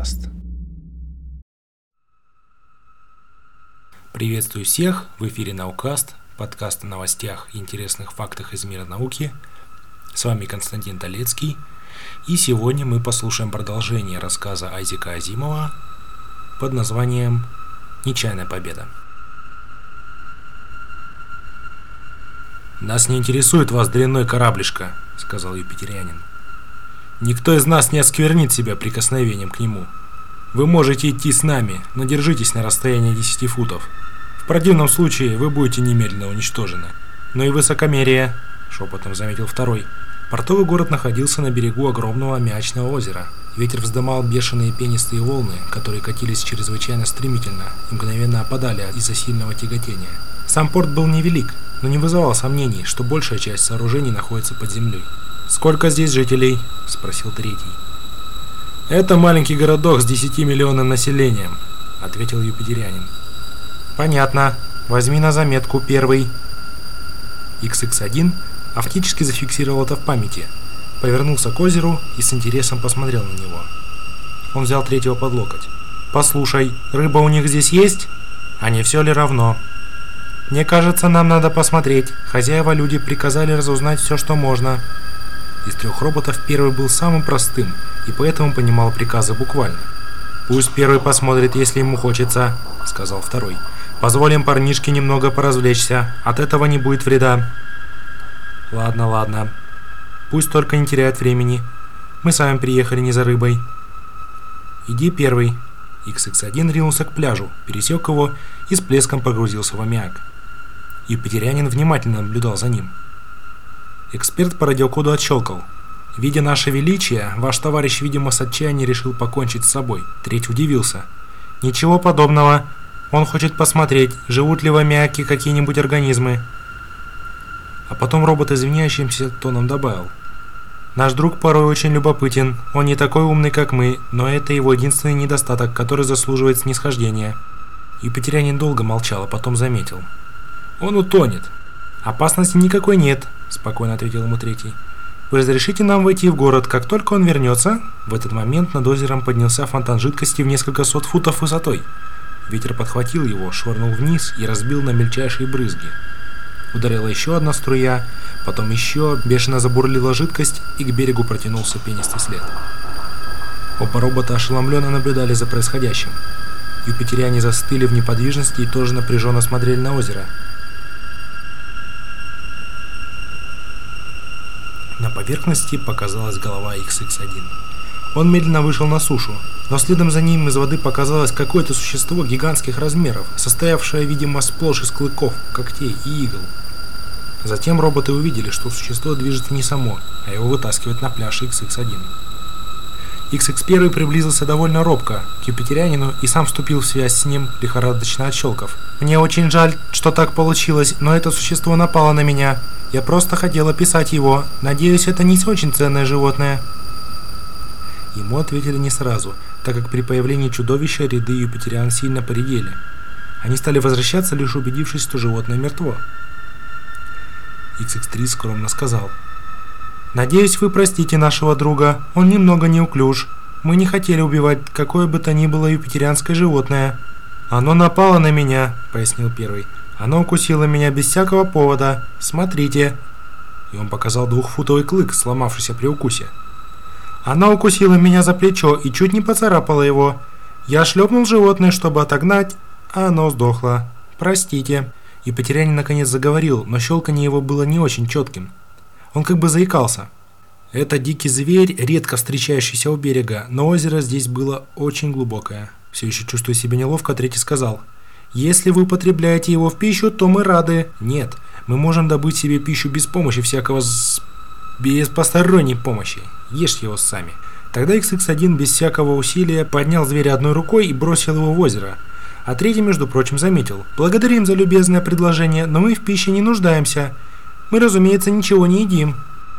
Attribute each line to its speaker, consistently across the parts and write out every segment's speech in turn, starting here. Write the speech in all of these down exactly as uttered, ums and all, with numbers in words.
Speaker 1: Наукаст. Приветствую всех, в эфире Наукаст, подкаст о новостях и интересных фактах из мира науки. С вами Константин Толецкий, и сегодня мы послушаем продолжение рассказа Айзека Азимова под названием «Нечаянная победа». «Нас не интересует вас дрянной кораблишко», — сказал юпитерянин. «Никто из нас не осквернит себя прикосновением к нему. Вы можете идти с нами, но держитесь на расстоянии десяти футов. В противном случае вы будете немедленно уничтожены». «Но и высокомерие», — шепотом заметил второй. Портовый город находился на берегу огромного мячного озера. Ветер вздымал бешеные пенистые волны, которые катились чрезвычайно стремительно и мгновенно опадали из-за сильного тяготения. Сам порт был невелик, но не вызывал сомнений, что большая часть сооружений находится под землей. «Сколько здесь жителей?» – спросил третий. «Это маленький городок с десятимиллионным населением», – ответил юпитерянин. «Понятно. Возьми на заметку первый». икс икс один автоматически зафиксировал это в памяти, повернулся к озеру и с интересом посмотрел на него. Он взял третьего под локоть. «Послушай, рыба у них здесь есть? А не все ли равно? Мне кажется, нам надо посмотреть. Хозяева-люди приказали разузнать все, что можно». Из трех роботов первый был самым простым и поэтому понимал приказы буквально. «Пусть первый посмотрит, если ему хочется», — сказал второй. «Позволим парнишке немного поразвлечься, от этого не будет вреда». «Ладно, ладно. Пусть только не теряет времени. Мы сами приехали не за рыбой». «Иди первый». икс икс один ринулся к пляжу, пересек его и с плеском погрузился в аммиак. Юпитерянин внимательно наблюдал за ним. Эксперт по радиокоду отщелкал. «Видя наше величие, ваш товарищ, видимо, с отчаяния решил покончить с собой». Треть удивился. «Ничего подобного. Он хочет посмотреть, живут ли в аммиаке какие-нибудь организмы». А потом робот извиняющимся тоном добавил. «Наш друг порой очень любопытен. Он не такой умный, как мы, но это его единственный недостаток, который заслуживает снисхождения». Юпитерянин долго молчал, а потом заметил. «Он утонет». «Опасности никакой нет», — спокойно ответил ему третий. «Вы разрешите нам войти в город, как только он вернется?» В этот момент над озером поднялся фонтан жидкости в несколько сот футов высотой. Ветер подхватил его, швырнул вниз и разбил на мельчайшие брызги. Ударила еще одна струя, потом еще, бешено забурлила жидкость, и к берегу протянулся пенистый след. Оба робота ошеломленно наблюдали за происходящим. Юпитеряне застыли в неподвижности и тоже напряженно смотрели на озеро. На поверхности показалась голова икс икс один. Он медленно вышел на сушу, но следом за ним из воды показалось какое-то существо гигантских размеров, состоявшее, видимо, сплошь из клыков, когтей и игл. Затем роботы увидели, что существо движется не само, а его вытаскивает на пляж икс икс один. икс икс один приблизился довольно робко к юпитерянину и сам вступил в связь с ним, лихорадочно отщелкав. «Мне очень жаль, что так получилось, но это существо напало на меня. Я просто хотел описать его. Надеюсь, это не очень ценное животное». Ему ответили не сразу, так как при появлении чудовища ряды юпитерян сильно поредели. Они стали возвращаться, лишь убедившись, что животное мертво. икс икс три скромно сказал: «Надеюсь, вы простите нашего друга. Он немного неуклюж. Мы не хотели убивать какое бы то ни было юпитерианское животное». «Оно напало на меня», — пояснил первый. «Оно укусило меня без всякого повода. Смотрите». И он показал двухфутовый клык, сломавшийся при укусе. «Оно укусило меня за плечо и чуть не поцарапало его. Я шлепнул животное, чтобы отогнать, а оно сдохло. Простите». Юпитерянин наконец заговорил, но щелканье его было не очень четким. Он как бы заикался. «Это дикий зверь, редко встречающийся у берега, но озеро здесь было очень глубокое». Все еще чувствуя себя неловко, третий сказал: «Если вы употребляете его в пищу, то мы рады». «Нет, мы можем добыть себе пищу без помощи всякого з... без посторонней помощи. Ешьте его сами». Тогда икс икс один без всякого усилия поднял зверя одной рукой и бросил его в озеро. А третий, между прочим, заметил: «Благодарим за любезное предложение, но мы в пище не нуждаемся. Мы, разумеется, ничего не едим».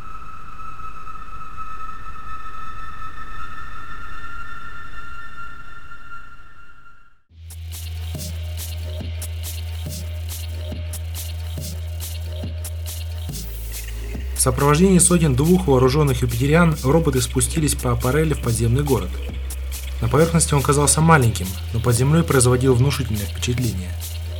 Speaker 1: В сопровождении сотен двух вооруженных юпитериан роботы спустились по аппарели в подземный город. На поверхности он казался маленьким, но под землей производил внушительное впечатление.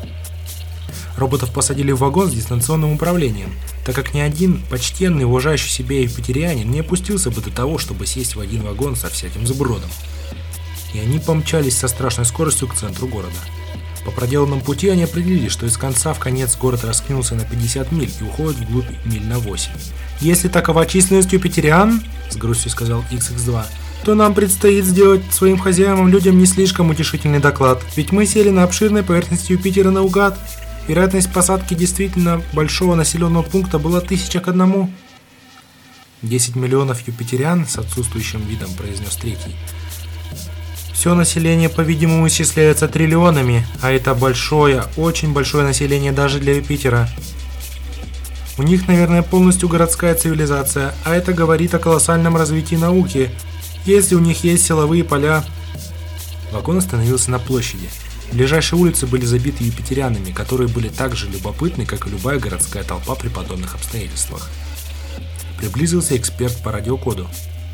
Speaker 1: Роботов посадили в вагон с дистанционным управлением, так как ни один почтенный, уважающий себя юпитерианин не опустился бы до того, чтобы сесть в один вагон со всяким сбродом. И они помчались со страшной скоростью к центру города. По проделанному пути они определили, что из конца в конец город раскинулся на пятьдесят миль и уходит вглубь миль на восемь. «Если такова численность юпитериан, — с грустью сказал икс икс два, — то нам предстоит сделать своим хозяевам людям не слишком утешительный доклад, ведь мы сели на обширной поверхности Юпитера наугад. Вероятность посадки действительно большого населенного пункта была тысяча к одному». «Десять миллионов юпитериан с отсутствующим видом», — произнес третий. «Все население, по-видимому, исчисляется триллионами, а это большое, очень большое население даже для Юпитера. У них, наверное, полностью городская цивилизация, а это говорит о колоссальном развитии науки, если у них есть силовые поля». Вагон остановился на площади. Ближайшие улицы были забиты юпитерянами, которые были так же любопытны, как и любая городская толпа при подобных обстоятельствах. Приблизился эксперт по радиокоду.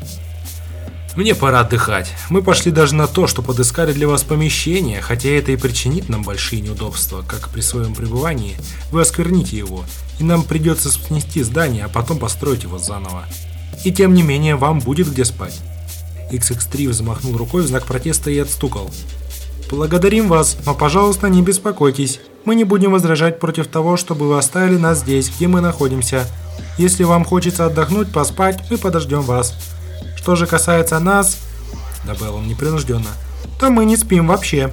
Speaker 1: «Мне пора отдыхать. Мы пошли даже на то, что подыскали для вас помещение, хотя это и причинит нам большие неудобства, как при своем пребывании. Вы оскверните его, и нам придется снести здание, а потом построить его заново. И тем не менее, вам будет где спать». икс икс три взмахнул рукой в знак протеста и отстукал. «Благодарим вас, но, пожалуйста, не беспокойтесь. Мы не будем возражать против того, чтобы вы оставили нас здесь, где мы находимся. Если вам хочется отдохнуть, поспать, мы подождем вас. Что же касается нас, — добавил он непринужденно, — то мы не спим вообще».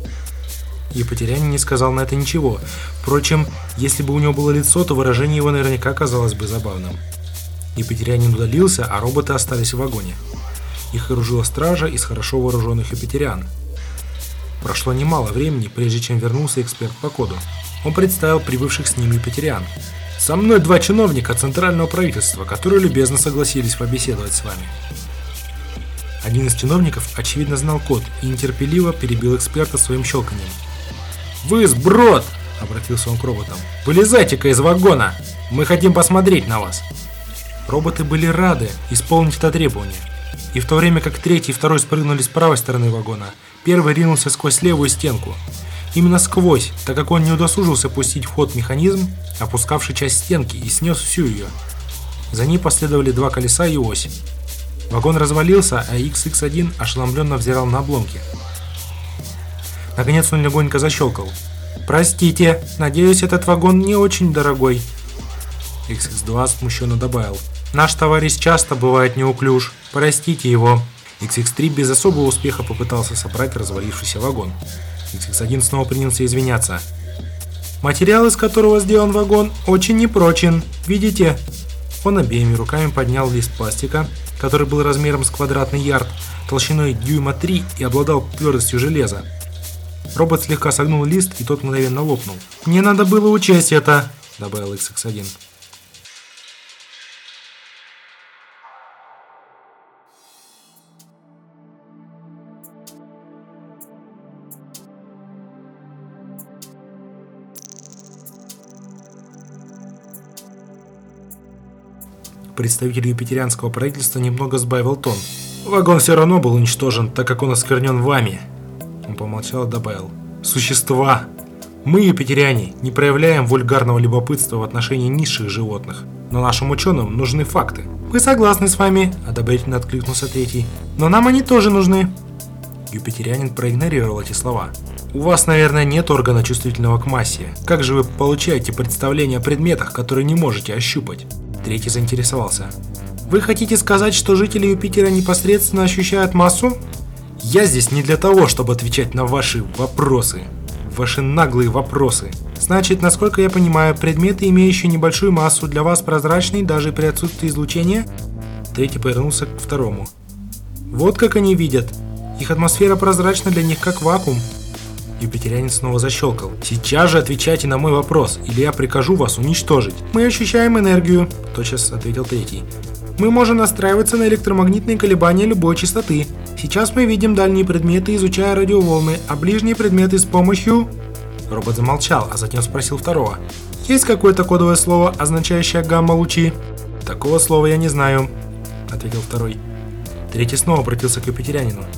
Speaker 1: Юпитерянин не сказал на это ничего. Впрочем, если бы у него было лицо, то выражение его наверняка казалось бы забавным. Юпитерянин удалился, а роботы остались в вагоне. Их окружила стража из хорошо вооруженных юпитерян. Прошло немало времени, прежде чем вернулся эксперт по коду. Он представил прибывших с ним юпитерян. «Со мной два чиновника центрального правительства, которые любезно согласились побеседовать с вами». Один из чиновников, очевидно, знал код и нетерпеливо перебил эксперта своим щелканием. «Вы сброд!» — обратился он к роботам. «Вылезайте-ка из вагона! Мы хотим посмотреть на вас!» Роботы были рады исполнить это требование. И в то время как третий и второй спрыгнули с правой стороны вагона, первый ринулся сквозь левую стенку. Именно сквозь, так как он не удосужился пустить в ход механизм, опускавший часть стенки, и снес всю ее. За ней последовали два колеса и ось. Вагон развалился, а икс икс один ошеломленно взирал на обломки. Наконец он легонько защелкал. «Простите, надеюсь, этот вагон не очень дорогой». икс икс два смущенно добавил. «Наш товарищ часто бывает неуклюж. Простите его». икс икс три без особого успеха попытался собрать развалившийся вагон. икс икс один снова принялся извиняться. «Материал, из которого сделан вагон, очень непрочен. Видите?» Он обеими руками поднял лист пластика, который был размером с квадратный ярд, толщиной дюйма три и обладал твердостью железа. Робот слегка согнул лист, и тот мгновенно лопнул. «Мне надо было учесть это», — добавил икс икс один. Представитель юпитерианского правительства немного сбавил тон. «Вагон все равно был уничтожен, так как он осквернен вами». Он помолчал и добавил. «Существа! Мы, юпитеряне, не проявляем вульгарного любопытства в отношении низших животных, но нашим ученым нужны факты». «Мы согласны с вами», — одобрительно откликнулся третий. «Но нам они тоже нужны». Юпитерянин проигнорировал эти слова. «У вас, наверное, нет органа, чувствительного к массе. Как же вы получаете представление о предметах, которые не можете ощупать?» Третий заинтересовался. «Вы хотите сказать, что жители Юпитера непосредственно ощущают массу?» «Я здесь не для того, чтобы отвечать на ваши вопросы. Ваши наглые вопросы. Значит, насколько я понимаю, предметы, имеющие небольшую массу, для вас прозрачны даже при отсутствии излучения?» Третий повернулся к второму. «Вот как они видят. Их атмосфера прозрачна для них, как вакуум». Юпитерянин снова защелкал. «Сейчас же отвечайте на мой вопрос, или я прикажу вас уничтожить». «Мы ощущаем энергию», – тотчас ответил третий. «Мы можем настраиваться на электромагнитные колебания любой частоты. Сейчас мы видим дальние предметы, изучая радиоволны, а ближние предметы с помощью...» Робот замолчал, а затем спросил второго. «Есть какое-то кодовое слово, означающее гамма-лучи?» «Такого слова я не знаю», – ответил второй. Третий снова обратился к юпитерянину.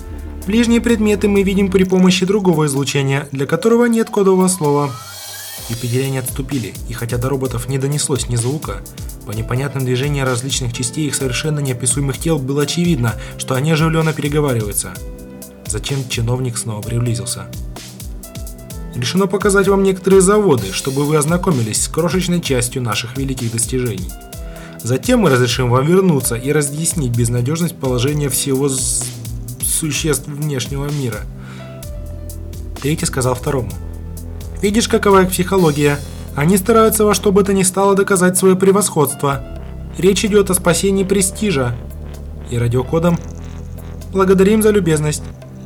Speaker 1: Ближние предметы мы видим при помощи другого излучения, для которого нет кодового слова. Юпитеряне отступили, и хотя до роботов не донеслось ни звука, по непонятным движениям различных частей их совершенно неописуемых тел было очевидно, что они оживленно переговариваются. Затем чиновник снова приблизился. Решено показать вам некоторые заводы, чтобы вы ознакомились с крошечной частью наших великих достижений. Затем мы разрешим вам вернуться и разъяснить безнадежность положения всего существ внешнего мира. Третий сказал второму. Видишь, какова их психология? Они стараются во что бы то ни стало доказать свое превосходство. Речь идет о спасении престижа. И радиокодом благодарим за любезность.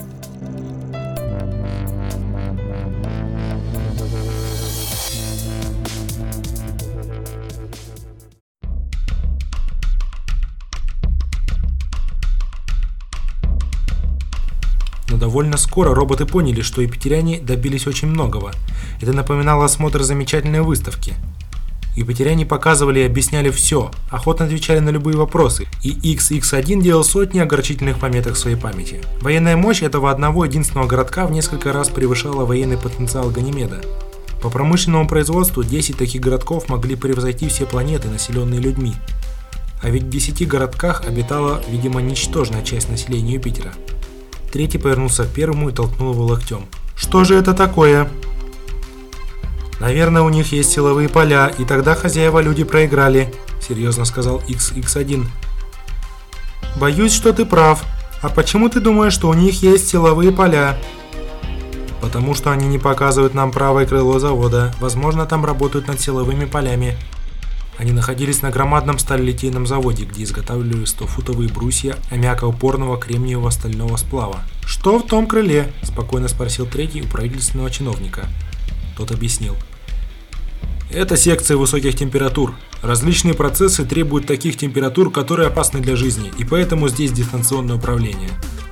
Speaker 1: Но довольно скоро роботы поняли, что юпитеряне добились очень многого. Это напоминало осмотр замечательной выставки. Юпитеряне показывали и объясняли все, охотно отвечали на любые вопросы, и икс икс один делал сотни огорчительных пометок в своей памяти. Военная мощь этого одного единственного городка в несколько раз превышала военный потенциал Ганимеда. По промышленному производству десять таких городков могли превзойти все планеты, населенные людьми. А ведь в десяти городках обитала, видимо, ничтожная часть населения Юпитера. Третий повернулся к первому и толкнул его локтем. «Что же это такое?» «Наверное, у них есть силовые поля, и тогда хозяева-люди проиграли», — серьезно сказал икс икс один. «Боюсь, что ты прав. А почему ты думаешь, что у них есть силовые поля?» «Потому что они не показывают нам правое крыло завода. Возможно, там работают над силовыми полями». Они находились на громадном сталелитейном заводе, где изготавливали стофутовые брусья аммиакоупорного кремниевого стального сплава. «Что в том крыле?» – спокойно спросил третий у правительственного чиновника. Тот объяснил. «Это секция высоких температур. Различные процессы требуют таких температур, которые опасны для жизни, и поэтому здесь дистанционное управление».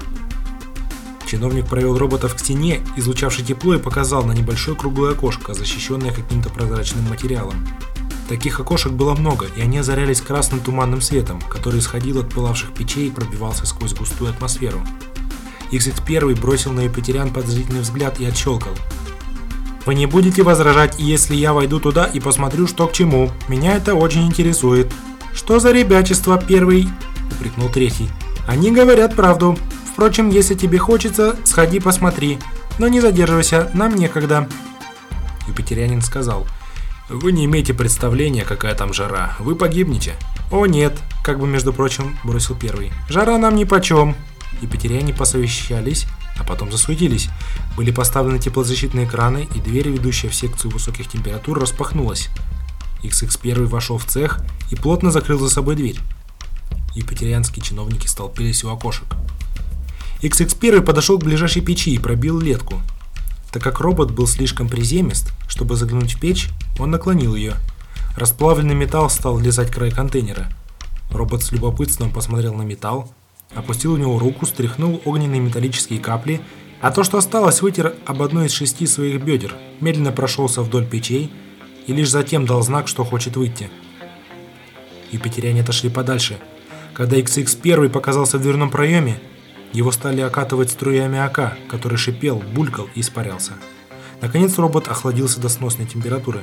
Speaker 1: Чиновник провел роботов к стене, излучавшей тепло, и показал на небольшое круглое окошко, защищенное каким-то прозрачным материалом. Таких окошек было много, и они озарялись красным туманным светом, который исходил от пылавших печей и пробивался сквозь густую атмосферу. икс икс один бросил на юпитерян подозрительный взгляд и отщелкал. «Вы не будете возражать, если я войду туда и посмотрю, что к чему? Меня это очень интересует». «Что за ребячество, первый?» – упрекнул третий. «Они говорят правду. Впрочем, если тебе хочется, сходи посмотри. Но не задерживайся, нам некогда». Юпитерянин сказал. «Вы не имеете представления, какая там жара. Вы погибнете». «О нет», как бы между прочим бросил первый. «Жара нам нипочем». Юпитеряне посовещались, а потом засуетились. Были поставлены теплозащитные экраны, и дверь, ведущая в секцию высоких температур, распахнулась. икс икс один вошел в цех и плотно закрыл за собой дверь. Юпитерианские чиновники столпились у окошек. икс икс один подошел к ближайшей печи и пробил летку. Так как робот был слишком приземист, чтобы заглянуть в печь, он наклонил ее. Расплавленный металл стал влезать в край контейнера. Робот с любопытством посмотрел на металл, опустил в него руку, стряхнул огненные металлические капли, а то, что осталось, вытер об одной из шести своих бедер, медленно прошелся вдоль печей и лишь затем дал знак, что хочет выйти. Юпитеряне отошли подальше. Когда икс икс один показался в дверном проеме, его стали окатывать струи аммиака, который шипел, булькал и испарялся. Наконец робот охладился до сносной температуры.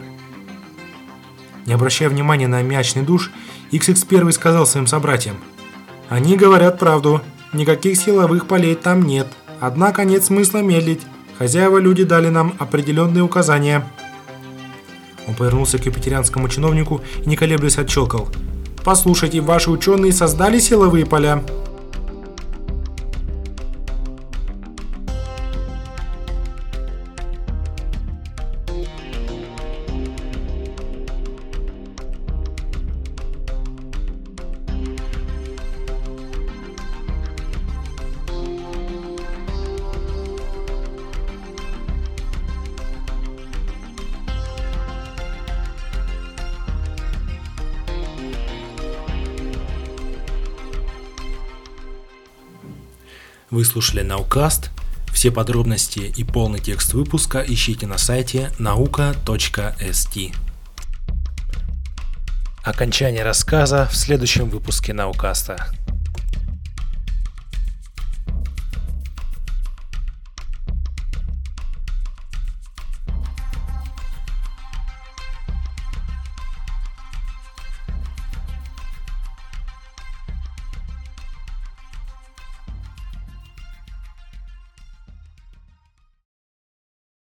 Speaker 1: Не обращая внимания на аммиачный душ, икс икс один сказал своим собратьям. «Они говорят правду. Никаких силовых полей там нет. Однако нет смысла медлить. Хозяева-люди дали нам определенные указания». Он повернулся к юпитерианскому чиновнику и, не колеблясь, отщелкал. «Послушайте, ваши ученые создали силовые поля?»
Speaker 2: Вы слушали Наукаст. Все подробности и полный текст выпуска ищите на сайте наука точка эс ти. Окончание рассказа в следующем выпуске Наукаста.